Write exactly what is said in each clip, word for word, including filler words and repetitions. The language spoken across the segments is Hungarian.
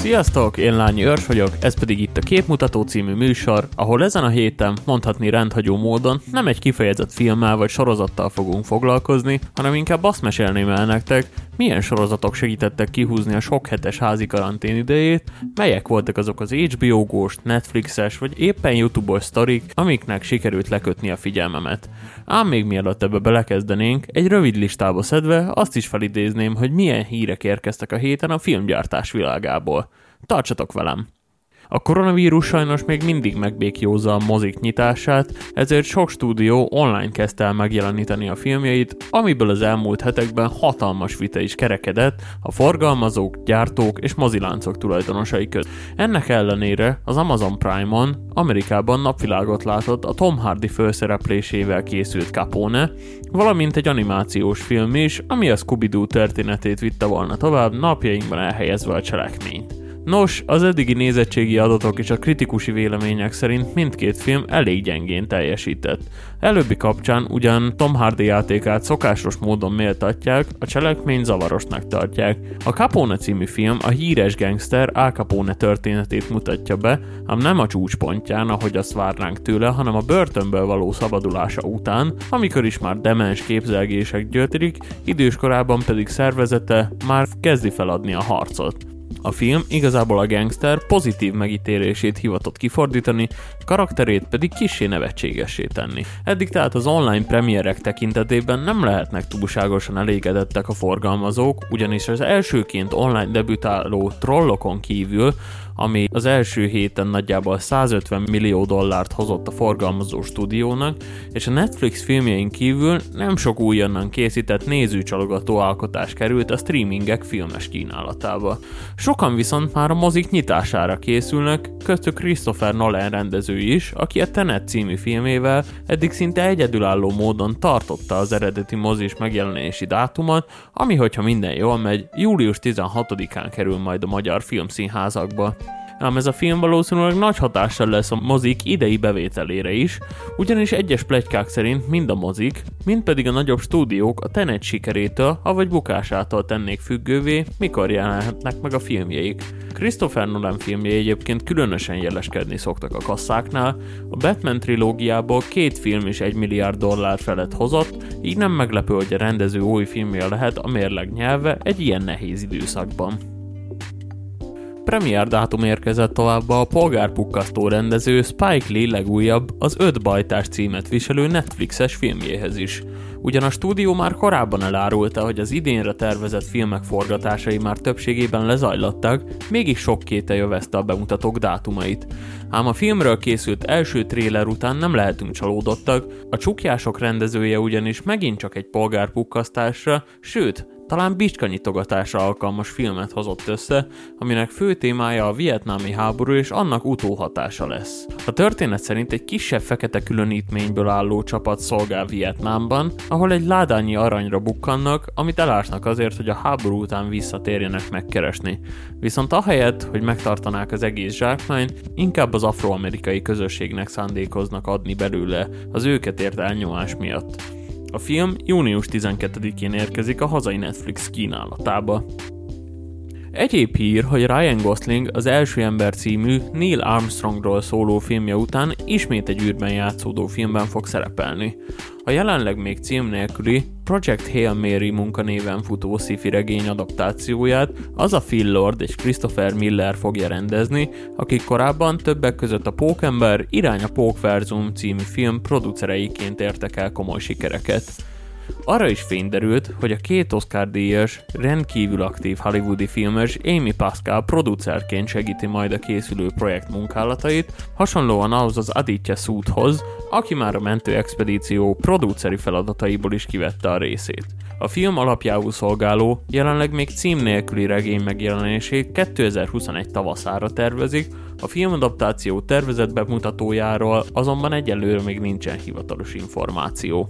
Sziasztok, én Lányi Őrs vagyok, ez pedig itt a Képmutató című műsor, ahol ezen a héten, mondhatni rendhagyó módon, nem egy kifejezett filmmel vagy sorozattal fogunk foglalkozni, hanem inkább azt mesélném el nektek, milyen sorozatok segítettek kihúzni a sok hetes házi karantén idejét, melyek voltak azok az há bé ó-gós, Netflixes vagy éppen YouTube-os sztorik, amiknek sikerült lekötni a figyelmemet. Ám még mielőtt ebbe belekezdenénk, egy rövid listába szedve azt is felidézném, hogy milyen hírek érkeztek a héten a filmgyártás világából. Tartsatok velem! A koronavírus sajnos még mindig megbékjózza a mozik nyitását, ezért sok stúdió online kezdte el megjeleníteni a filmjeit, amiből az elmúlt hetekben hatalmas vita is kerekedett a forgalmazók, gyártók és moziláncok tulajdonosai között. Ennek ellenére az Amazon Prime-on Amerikában napvilágot látott a Tom Hardy főszereplésével készült Capone, valamint egy animációs film is, ami a Scooby-Doo történetét vitte volna tovább, napjainkban elhelyezve a cselekményt. Nos, az eddigi nézettségi adatok és a kritikusi vélemények szerint mindkét film elég gyengén teljesített. Előbbi kapcsán ugyan Tom Hardy játékát szokásos módon méltatják, a cselekményt zavarosnak tartják. A Capone című film a híres gangster Al Capone történetét mutatja be, ám nem a csúcspontján, ahogy azt várnánk tőle, hanem a börtönből való szabadulása után, amikor is már demens képzelgések gyötrik, időskorában pedig szervezete már kezdi feladni a harcot. A film igazából a gangster pozitív megítélését hivatott kifordítani, karakterét pedig kissé nevetségessé tenni. Eddig tehát az online premierek tekintetében nem lehetnek túlságosan elégedettek a forgalmazók, ugyanis az elsőként online debütáló Trollokon kívül, ami az első héten nagyjából százötven millió dollárt hozott a forgalmazó stúdiónak, és a Netflix filmjein kívül nem sok újonnan készített nézőcsalogató alkotás került a streamingek filmes kínálatába. Sokan viszont már a mozik nyitására készülnek, köztük Christopher Nolan rendező is, aki a Tenet című filmével eddig szinte egyedülálló módon tartotta az eredeti mozis megjelenési dátumot, ami, hogyha minden jól megy, július tizenhatodikán kerül majd a magyar filmszínházakba. Ám ez a film valószínűleg nagy hatással lesz a mozik idei bevételére is, ugyanis egyes pletykák szerint mind a mozik, mind pedig a nagyobb stúdiók a Tenet sikerétől, avagy bukásától tennék függővé, mikor jelenhetnek meg a filmjeik. Christopher Nolan filmjei egyébként különösen jeleskedni szoktak a kasszáknál, a Batman trilógiából két film is egy milliárd dollár felett hozott, így nem meglepő, hogy a rendező új filmje lehet a mérleg nyelve egy ilyen nehéz időszakban. Premier dátum érkezett továbbá a polgárpukkasztó rendező Spike Lee legújabb, az Öt bajtás címet viselő Netflixes filmjéhez is. Ugyan a stúdió már korábban elárulta, hogy az idénre tervezett filmek forgatásai már többségében lezajlottak, mégis sok kételj övezte a bemutatók dátumait. Ám a filmről készült első tréler után nem lehetünk csalódottak, a Csukjások rendezője ugyanis megint csak egy polgárpukkasztásra, sőt, talán bicskanyitogatásra alkalmas filmet hozott össze, aminek fő témája a vietnámi háború és annak utóhatása lesz. A történet szerint egy kisebb fekete különítményből álló csapat szolgál Vietnámban, ahol egy ládányi aranyra bukkannak, amit elásnak azért, hogy a háború után visszatérjenek megkeresni. Viszont ahelyett, hogy megtartanák az egész zsákmányt, inkább az afroamerikai közösségnek szándékoznak adni belőle az őket ért elnyomás miatt. A film június tizenkettedikén érkezik a hazai Netflix kínálatába. Egyéb hír, hogy Ryan Gosling az Első ember című Neil Armstrongról szóló filmje után ismét egy űrben játszódó filmben fog szerepelni. A jelenleg még cím nélküli Project Hail Mary munkanéven futó sci-fi regény adaptációját az a Phil Lord és Christopher Miller fogja rendezni, akik korábban többek között a Pókember irány a Pókverzum című film producereiként értek el komoly sikereket. Arra is fény derült, hogy a két Oscar-díjas, rendkívül aktív hollywoodi filmes Amy Pascal producerként segíti majd a készülő projekt munkálatait, hasonlóan ahhoz az Aditya Soodhoz, aki már a mentőexpedíció produceri feladataiból is kivette a részét. A film alapjául szolgáló, jelenleg még cím nélküli regény megjelenését kétezer-huszonegy tavaszára tervezik, a filmadaptáció tervezett bemutatójáról azonban egyelőre még nincsen hivatalos információ.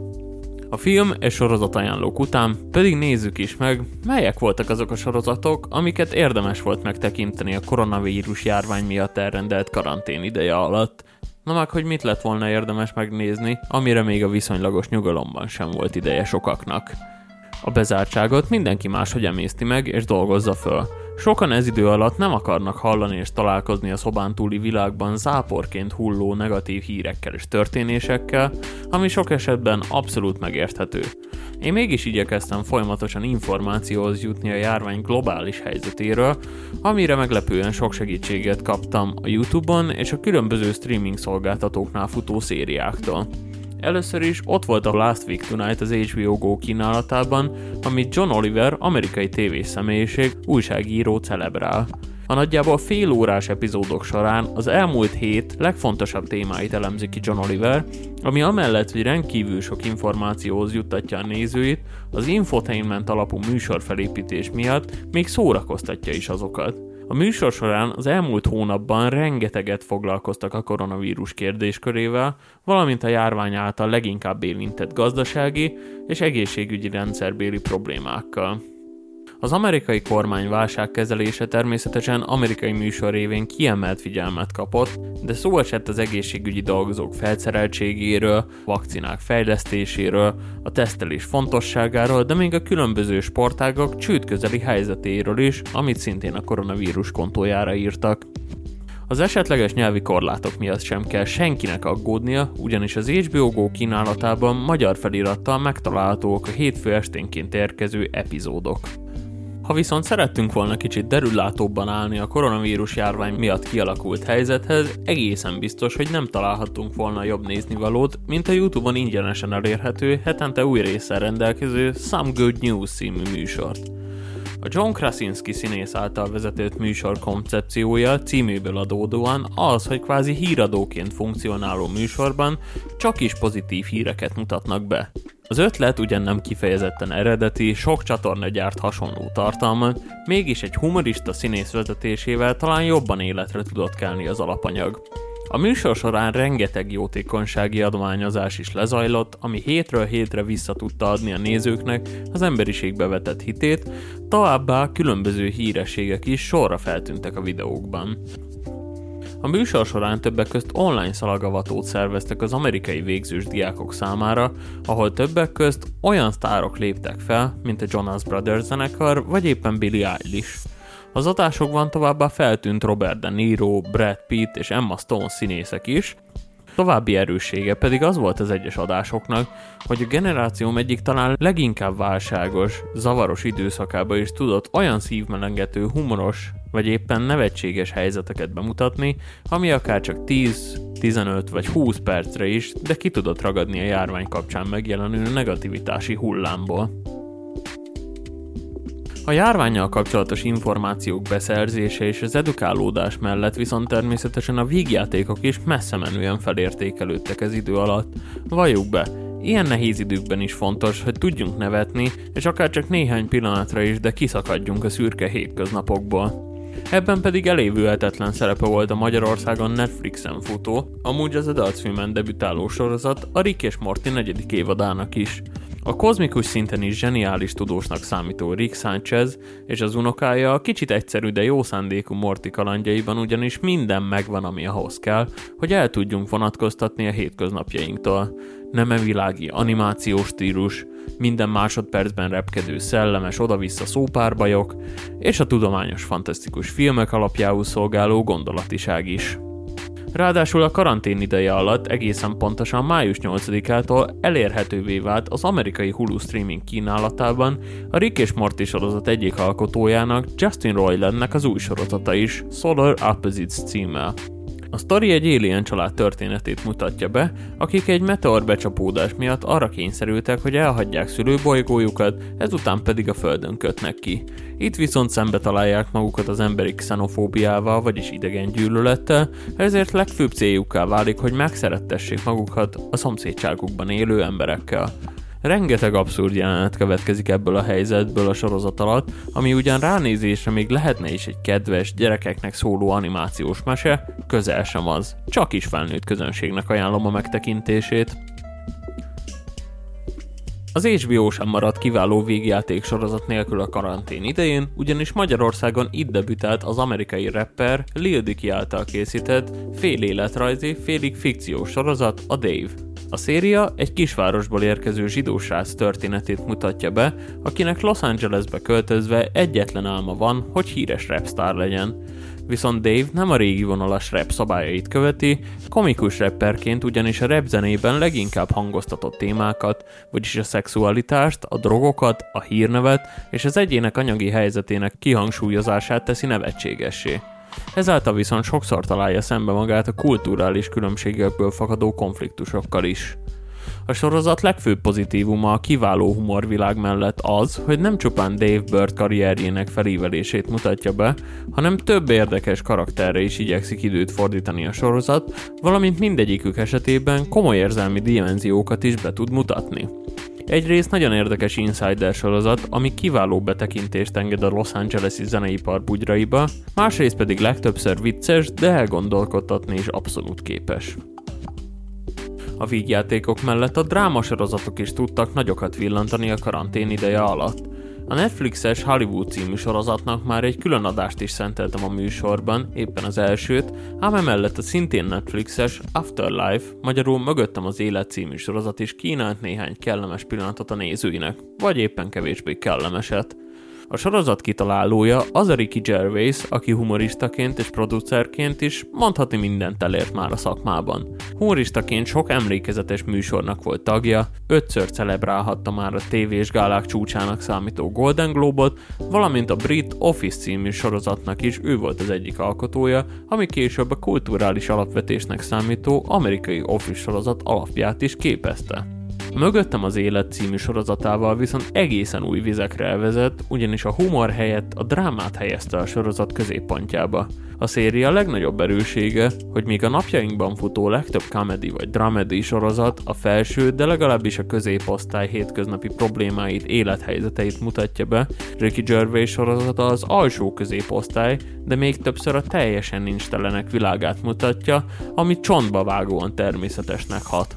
A film és sorozatajánlók után pedig nézzük is meg, melyek voltak azok a sorozatok, amiket érdemes volt megtekinteni a koronavírus járvány miatt elrendelt karantén ideje alatt. Na meg, hogy mit lett volna érdemes megnézni, amire még a viszonylagos nyugalomban sem volt ideje sokaknak. A bezártságot mindenki máshogy emészti meg és dolgozza föl. Sokan ez idő alatt nem akarnak hallani és találkozni a szobán túli világban záporként hulló negatív hírekkel és történésekkel, ami sok esetben abszolút megérthető. Én mégis igyekeztem folyamatosan információhoz jutni a járvány globális helyzetéről, amire meglepően sok segítséget kaptam a YouTube-on és a különböző streaming szolgáltatóknál futó szériáktól. Először is ott volt a Last Week Tonight az há bé o Go kínálatában, amit John Oliver, amerikai tévés személyiség, újságíró celebrál. A nagyjából fél órás epizódok során az elmúlt hét legfontosabb témáit elemzi ki John Oliver, ami amellett, hogy rendkívül sok információhoz juttatja a nézőit, az infotainment alapú műsorfelépítés miatt még szórakoztatja is azokat. A műsor során az elmúlt hónapban rengeteget foglalkoztak a koronavírus kérdéskörével, valamint a járvány által leginkább érintett gazdasági és egészségügyi rendszerbéli problémákkal. Az amerikai kormány válságkezelése természetesen amerikai műsor révén kiemelt figyelmet kapott, de szó esett az egészségügyi dolgozók felszereltségéről, vakcinák fejlesztéséről, a tesztelés fontosságáról, de még a különböző sportágak csődközeli helyzetéről is, amit szintén a koronavírus kontójára írtak. Az esetleges nyelvi korlátok miatt sem kell senkinek aggódnia, ugyanis az há bé o Go kínálatában magyar felirattal megtalálhatók a hétfő esténként érkező epizódok. Ha viszont szerettünk volna kicsit derüllátóbban állni a koronavírus járvány miatt kialakult helyzethez, egészen biztos, hogy nem találhattunk volna jobb néznivalót, mint a YouTube-on ingyenesen elérhető, hetente új résszel rendelkező Some Good News című műsort. A John Krasinski színész által vezetett műsor koncepciója címéből adódóan az, hogy kvázi híradóként funkcionáló műsorban csak is pozitív híreket mutatnak be. Az ötlet ugyan nem kifejezetten eredeti, sok csatorna gyárt hasonló tartalmat, mégis egy humorista színész vezetésével talán jobban életre tudott kelni az alapanyag. A műsor során rengeteg jótékonysági adományozás is lezajlott, ami hétről hétre vissza tudta adni a nézőknek az emberiségbe vetett hitét, továbbá különböző hírességek is sorra feltűntek a videókban. A műsor során többek közt online szalagavatót szerveztek az amerikai végzős diákok számára, ahol többek közt olyan sztárok léptek fel, mint a Jonas Brothers zenekar, vagy éppen Billie Eilish. Az adásokban továbbá feltűnt Robert De Niro, Brad Pitt és Emma Stone színészek is. További erőssége pedig az volt az egyes adásoknak, hogy a generációm egyik talán leginkább válságos, zavaros időszakába is tudott olyan szívmelengető, humoros vagy éppen nevetséges helyzeteket bemutatni, ami akár csak tíz, tizenöt vagy húsz percre is, de ki tudott ragadni a járvány kapcsán megjelenő negativitási hullámból. A járvánnyal kapcsolatos információk beszerzése és az edukálódás mellett viszont természetesen a vígjátékok is messze menően felértékelődtek ez idő alatt. Valljuk be, ilyen nehéz időkben is fontos, hogy tudjunk nevetni, és akár csak néhány pillanatra is, de kiszakadjunk a szürke hétköznapokból. Ebben pedig elévülhetetlen szerepe volt a Magyarországon Netflixen futó, amúgy az Adult Swim-en debütáló sorozat, a Rick és Morty negyedik évadának is. A kozmikus szinten is zseniális tudósnak számító Rick Sanchez és az unokája a kicsit egyszerű, de jó szándékú Morty kalandjaiban ugyanis minden megvan, ami ahhoz kell, hogy el tudjunk vonatkoztatni a hétköznapjainktól. Nemevilági animációs stílus, minden másodpercben repkedő szellemes oda-vissza szópárbajok, és a tudományos fantasztikus filmek alapjául szolgáló gondolatiság is. Ráadásul a karantén ideje alatt egészen pontosan május nyolcadikától elérhetővé vált az amerikai Hulu streaming kínálatában a Rick és Morty sorozat egyik alkotójának, Justin Roilandnek az új sorozata is, Solar Opposites címmel. A sztori egy alien család történetét mutatja be, akik egy meteor becsapódás miatt arra kényszerültek, hogy elhagyják szülőbolygójukat, ezután pedig a Földön kötnek ki. Itt viszont szembe találják magukat az emberi xenofóbiával, vagyis idegen gyűlölettel, ezért legfőbb céljukká válik, hogy megszerettessék magukat a szomszédságukban élő emberekkel. Rengeteg abszurd jelenet következik ebből a helyzetből a sorozat alatt, ami ugyan ránézésre még lehetne is egy kedves, gyerekeknek szóló animációs mese, közel sem az. Csak is felnőtt közönségnek ajánlom a megtekintését. Az há bé o sem maradt kiváló végjáték sorozat nélkül a karantén idején, ugyanis Magyarországon itt debütált az amerikai rapper Lil Dicky által készített fél életrajzi, félig fikciós sorozat, a Dave. A széria egy kisvárosból érkező zsidó srác történetét mutatja be, akinek Los Angelesbe költözve egyetlen álma van, hogy híres rapstar legyen. Viszont Dave nem a régi vonalas rap szabályait követi, komikus rapperként ugyanis a rap zenében leginkább hangoztatott témákat, vagyis a szexualitást, a drogokat, a hírnevet és az egyének anyagi helyzetének kihangsúlyozását teszi nevetségessé. Ezáltal viszont sokszor találja szembe magát a kulturális különbségekből fakadó konfliktusokkal is. A sorozat legfőbb pozitívuma a kiváló humorvilág mellett az, hogy nem csupán Dave Bird karrierjének felívelését mutatja be, hanem több érdekes karakterre is igyekszik időt fordítani a sorozat, valamint mindegyikük esetében komoly érzelmi dimenziókat is be tud mutatni. Egyrészt nagyon érdekes insider sorozat, ami kiváló betekintést enged a Los Angeles-i zeneipar bugyraiba, másrészt pedig legtöbbször vicces, de elgondolkodtatni is abszolút képes. A vígjátékok mellett a drámasorozatok is tudtak nagyokat villantani a karantén ideje alatt. A Netflixes Hollywood című sorozatnak már egy külön adást is szenteltem a műsorban, éppen az elsőt, ám emellett a szintén Netflixes Afterlife, magyarul Mögöttem az élet című sorozat is kínált néhány kellemes pillanatot a nézőinek, vagy éppen kevésbé kellemeset. A sorozat kitalálója az a Ricky Gervais, aki humoristaként és producerként is mondhatni mindent elért már a szakmában. Humoristaként sok emlékezetes műsornak volt tagja, ötször celebrálhatta már a tévés gálák csúcsának számító Golden Globe-ot, valamint a brit Office című sorozatnak is ő volt az egyik alkotója, ami később a kulturális alapvetésnek számító amerikai Office sorozat alapját is képezte. Mögöttem az élet című sorozatával viszont egészen új vizekre elvezett, ugyanis a humor helyett a drámát helyezte a sorozat középpontjába. A széria legnagyobb erőssége, hogy míg a napjainkban futó legtöbb comedy vagy dramedy sorozat a felső, de legalábbis a középosztály hétköznapi problémáit, élethelyzeteit mutatja be, Ricky Gervais sorozata az alsó középosztály, de még többször a teljesen nincstelenek világát mutatja, ami csontba vágóan természetesnek hat.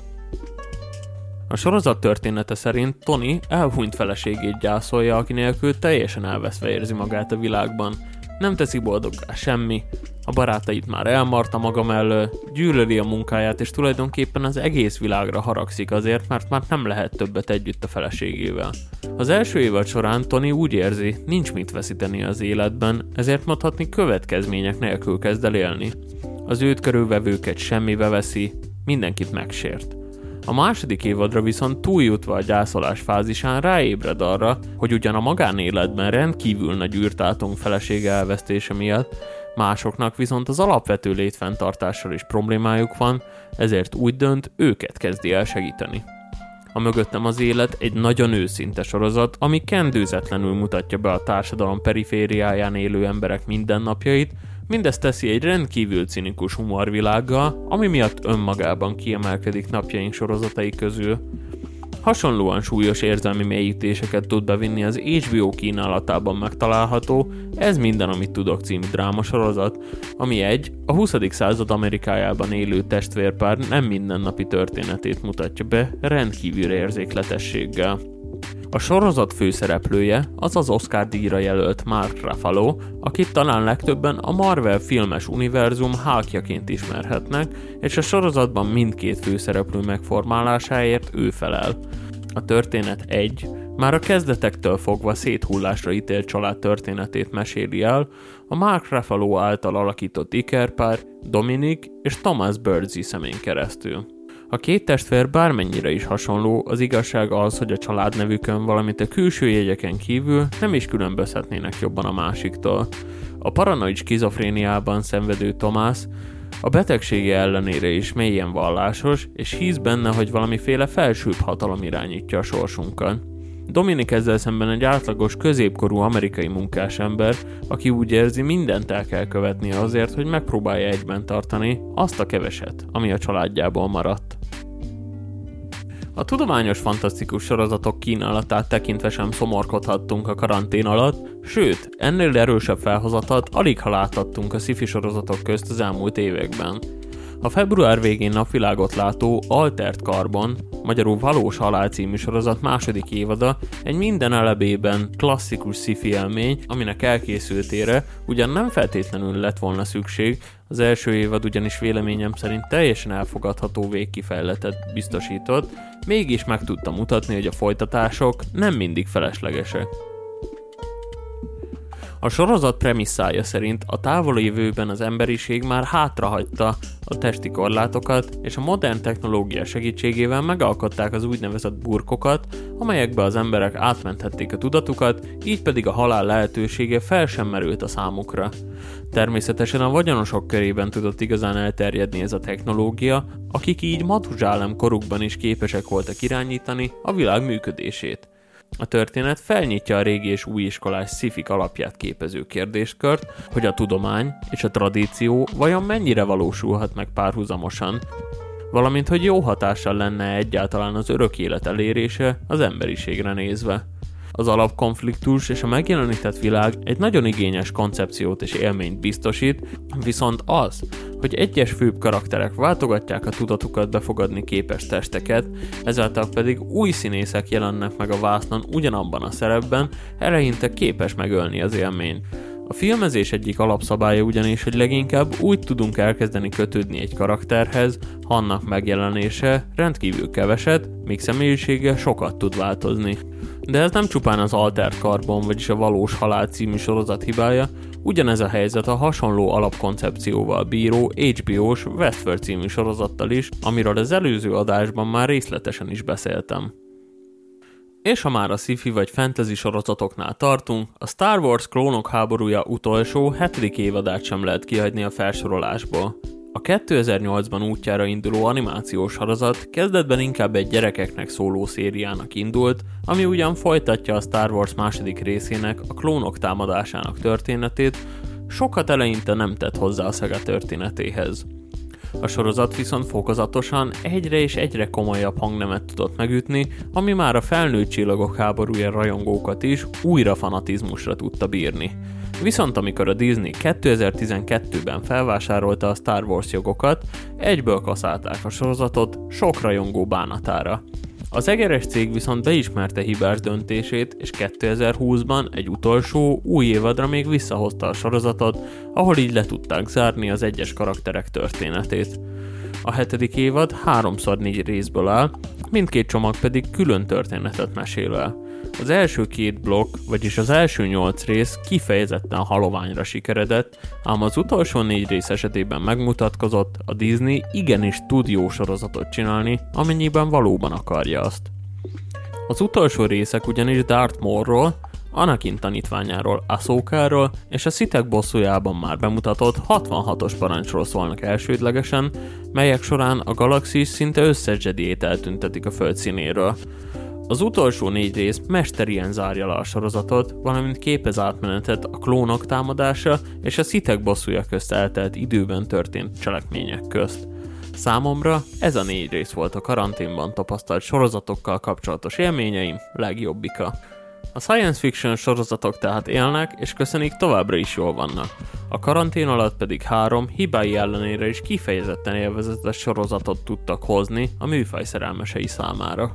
A sorozat története szerint Tony elhunyt feleségét gyászolja, aki nélkül teljesen elveszve érzi magát a világban. Nem teszi boldoggá semmi, a barátait már elmarta maga mellől, gyűlöli a munkáját és tulajdonképpen az egész világra haragszik azért, mert már nem lehet többet együtt a feleségével. Az első évad során Tony úgy érzi, nincs mit veszíteni az életben, ezért mondhatni következmények nélkül kezd el élni. Az őt körülvevőket semmibe veszi, mindenkit megsért. A második évadra viszont túljutva a gyászolás fázisán ráébred arra, hogy ugyan a magánéletben rendkívül nagy űrt látunk felesége elvesztése miatt, másoknak viszont az alapvető létfenntartással is problémájuk van, ezért úgy dönt, őket kezdi el segíteni. A Mögöttem az élet egy nagyon őszinte sorozat, ami kendőzetlenül mutatja be a társadalom perifériáján élő emberek mindennapjait, mindezt teszi egy rendkívül cinikus humorvilággal, ami miatt önmagában kiemelkedik napjaink sorozatai közül. Hasonlóan súlyos érzelmi mélyítéseket tud bevinni az há bé ó kínálatában megtalálható Ez minden, amit tudok című drámasorozat, ami egy, a huszadik század Amerikájában élő testvérpár nem mindennapi történetét mutatja be rendkívül érzékletességgel. A sorozat főszereplője az az Oscar-díjra jelölt Mark Ruffalo, akit talán legtöbben a Marvel filmes univerzum Hulkjaként ismerhetnek, és a sorozatban mindkét főszereplő megformálásáért ő felel. A történet egy, már a kezdetektől fogva széthullásra ítélt család történetét meséli el, a Mark Ruffalo által alakított ikerpár, Dominic és Thomas Birdsey szemén keresztül. A két testvér bármennyire is hasonló, az igazság az, hogy a családnevükön, valamint a külső jegyeken kívül nem is különbözhetnének jobban a másiktól. A paranoid skizofréniában szenvedő Thomas a betegsége ellenére is mélyen vallásos, és hisz benne, hogy valamiféle felsőbb hatalom irányítja a sorsunkat. Dominic ezzel szemben egy átlagos, középkorú amerikai munkásember, aki úgy érzi, mindent el kell követnie azért, hogy megpróbálja egyben tartani azt a keveset, ami a családjából maradt. A tudományos fantasztikus sorozatok kínálatát tekintve sem szomorkodhattunk a karantén alatt, sőt, ennél erősebb felhozatat alig ha láthattunk a sci-fi sorozatok közt az elmúlt években. A február végén napvilágot látó Altered Carbon, magyarul Valós halál című sorozat második évada egy minden elebében klasszikus sci-fi élmény, aminek elkészültére ugyan nem feltétlenül lett volna szükség, Az első évad ugyanis véleményem szerint teljesen elfogadható végkifejletet biztosított, mégis meg tudta mutatni, hogy a folytatások nem mindig feleslegesek. A sorozat premisszája szerint a távoli jövőben az emberiség már hátrahagyta a testi korlátokat, és a modern technológia segítségével megalkották az úgynevezett burkokat, amelyekbe az emberek átmenthették a tudatukat, így pedig a halál lehetősége fel sem merült a számukra. Természetesen a vagyonosok körében tudott igazán elterjedni ez a technológia, akik így Matuzsálem korukban is képesek voltak irányítani a világ működését. A történet felnyitja a régi és új iskolás szifik alapját képező kérdéskört, hogy a tudomány és a tradíció vajon mennyire valósulhat meg párhuzamosan, valamint hogy jó hatással lenne egyáltalán az örök élet elérése az emberiségre nézve. Az alapkonfliktus és a megjelenített világ egy nagyon igényes koncepciót és élményt biztosít, viszont az, hogy egyes főbb karakterek váltogatják a tudatukat befogadni képes testeket, ezáltal pedig új színészek jelennek meg a vásznon ugyanabban a szerepben, eleinte képes megölni az élményt. A filmezés egyik alapszabálya ugyanis, hogy leginkább úgy tudunk elkezdeni kötődni egy karakterhez, ha annak megjelenése rendkívül keveset, míg személyisége sokat tud változni. De ez nem csupán az Altered Carbon, vagyis a Valós Halál című sorozat hibája, ugyanez a helyzet a hasonló alapkoncepcióval bíró há bé ó-s Westworld című sorozattal is, amiről az előző adásban már részletesen is beszéltem. És ha már a sci-fi vagy fantasy sorozatoknál tartunk, a Star Wars Klónok háborúja utolsó, hetedik évadát sem lehet kihagyni a felsorolásból. A kétezer-nyolcban útjára induló animációs sorozat kezdetben inkább egy gyerekeknek szóló szériának indult, ami ugyan folytatja a Star Wars második részének, a klónok támadásának történetét, sokat eleinte nem tett hozzá a Saga történetéhez. A sorozat viszont fokozatosan egyre és egyre komolyabb hangnemet tudott megütni, ami már a felnőtt csillagok háborúja rajongókat is újra fanatizmusra tudta bírni. Viszont amikor a Disney kétezer-tizenkettőben felvásárolta a Star Wars jogokat, egyből kaszálták a sorozatot sok rajongó bánatára. Az egeres cég viszont beismerte hibás döntését, és kétezer-húszban egy utolsó, új évadra még visszahozta a sorozatot, ahol így le tudták zárni az egyes karakterek történetét. A hetedik évad háromszor négy részből áll, mindkét csomag pedig külön történetet mesél el. Az első két blokk, vagyis az első nyolc rész kifejezetten haloványra sikeredett, ám az utolsó négy rész esetében megmutatkozott, a Disney igenis tud jó sorozatot csinálni, amennyiben valóban akarja azt. Az utolsó részek ugyanis Darth Maulról, Anakin tanítványáról, Ahsokáról és a Sithek bosszújában már bemutatott hatvanhatos parancsról szólnak elsődlegesen, melyek során a galaxis szinte összes Jediét eltüntetik a földszínéről. Az utolsó négy rész mesterien zárja le a sorozatot, valamint képez átmenetet a klónok támadása és a Sithek bosszúja közt eltelt időben történt cselekmények közt. Számomra ez a négy rész volt a karanténban tapasztalt sorozatokkal kapcsolatos élményeim legjobbika. A science fiction sorozatok tehát élnek, és köszönik továbbra is jól vannak. A karantén alatt pedig három hibái ellenére is kifejezetten élvezetes sorozatot tudtak hozni a műfaj szerelmesei számára.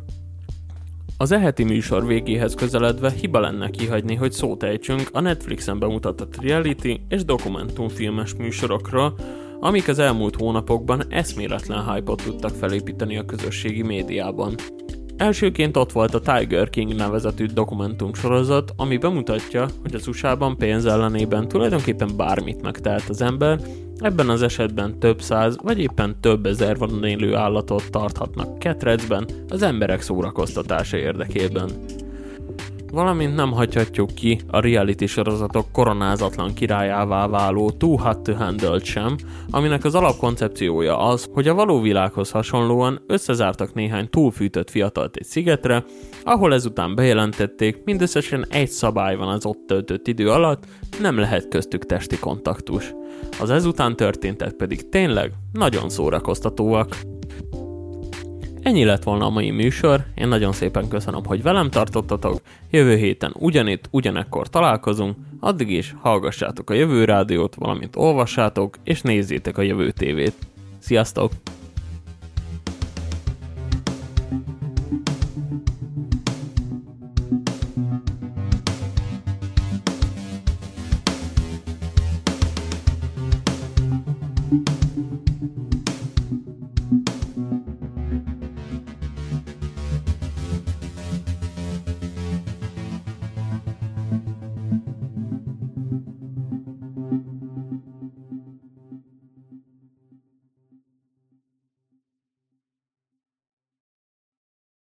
Az eheti műsor végéhez közeledve hiba lenne kihagyni, hogy szót ejtsünk a Netflixen bemutatott reality és dokumentumfilmes műsorokról, amik az elmúlt hónapokban eszméletlen hype-ot tudtak felépíteni a közösségi médiában. Elsőként ott volt a Tiger King nevezetű dokumentumsorozat, ami bemutatja, hogy az u es á-ban pénz ellenében tulajdonképpen bármit megtehet az ember, ebben az esetben több száz vagy éppen több ezer vadon élő állatot tarthatnak ketrecben az emberek szórakoztatása érdekében. Valamint nem hagyhatjuk ki a reality sorozatok koronázatlan királyává váló Too Hot to Handle sem, aminek az alapkoncepciója az, hogy a való világhoz hasonlóan összezártak néhány túlfűtött fiatalt egy szigetre, ahol ezután bejelentették, mindösszesen egy szabály van az ott töltött idő alatt, nem lehet köztük testi kontaktus. Az ezután történtek pedig tényleg nagyon szórakoztatóak. Ennyi lett volna a mai műsor, én nagyon szépen köszönöm, hogy velem tartottatok, jövő héten ugyanitt, ugyanekkor találkozunk, addig is hallgassátok a Jövő Rádiót, valamint olvassátok és nézzétek a Jövő tévét. Sziasztok!